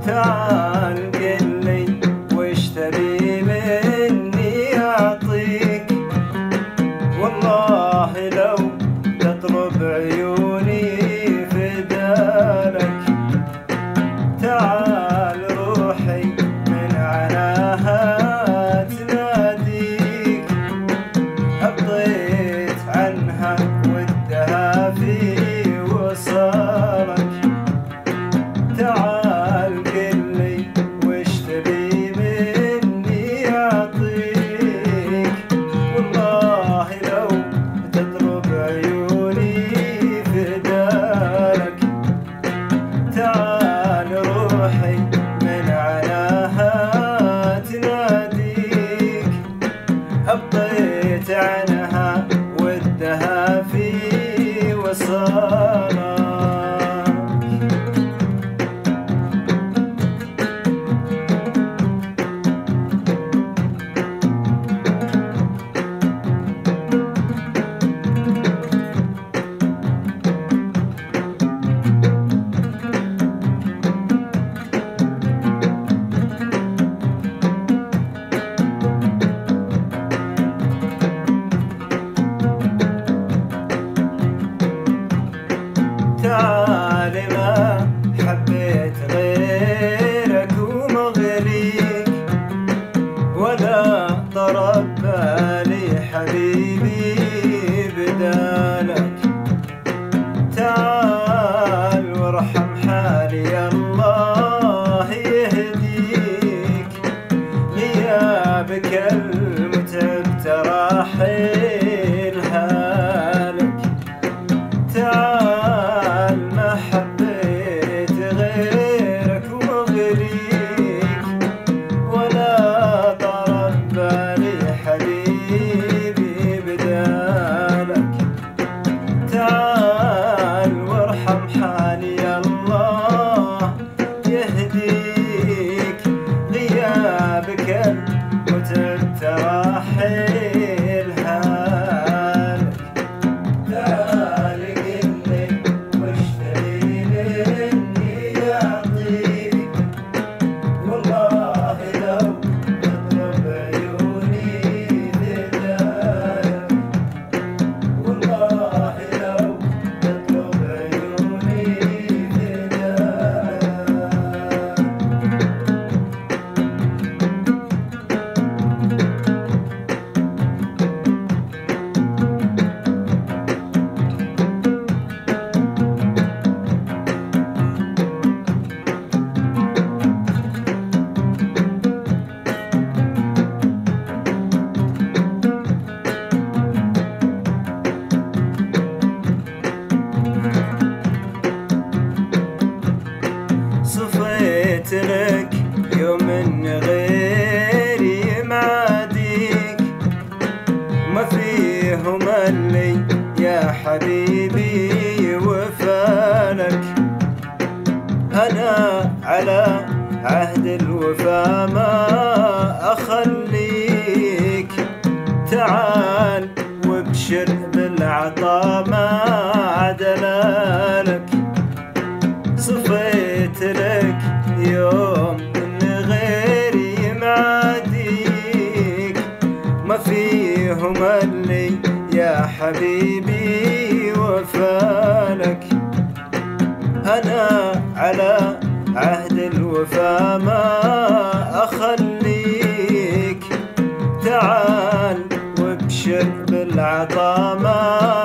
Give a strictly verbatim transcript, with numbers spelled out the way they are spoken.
تعال قلي وش تبي مني أعطيك، والله لو تطلب عيوني فدالك. تعال روحي من عناها تناديك، أبطيت عنها ودها في وصالك. تعال قلي وش تبي مني أعطيك، والله لو تطلب عيوني فدالك. تعال روحي من عناها تناديك، أبطيت عنها ودها في وصالك. تعال ما حبيت غيرك ومغليك، ولا ضرب بالي حبيبي بدالك. تعال وارحم حالي الله يهديك، غيابك المتعب ترى حيل هالك. تعال ما حبيت غيرك ومغليك، ولا ضرب بالي حبيبي بدالك. تعال وارحم حالي الله يهديك، غيابك المتعب ترى حيل هالك. تعال قلي وش تبي مني أعطيك، والله لو تطلب عيوني فدالك. والله لو تطلب عيوني فدالك. صفيت لك يوم من غيري معاديك، ما فيه ملي يا حبيبي وفالك. أنا على عهد الوفا ما أخليك، تعال وابشر بالعطا ما عدلالك. صفيت لك يوم من غيري معاديك، ما فيه ملي يا حبيبي وفالك. أنا على عهد الوفا ما أخليك، تعال وابشر بالعطا ما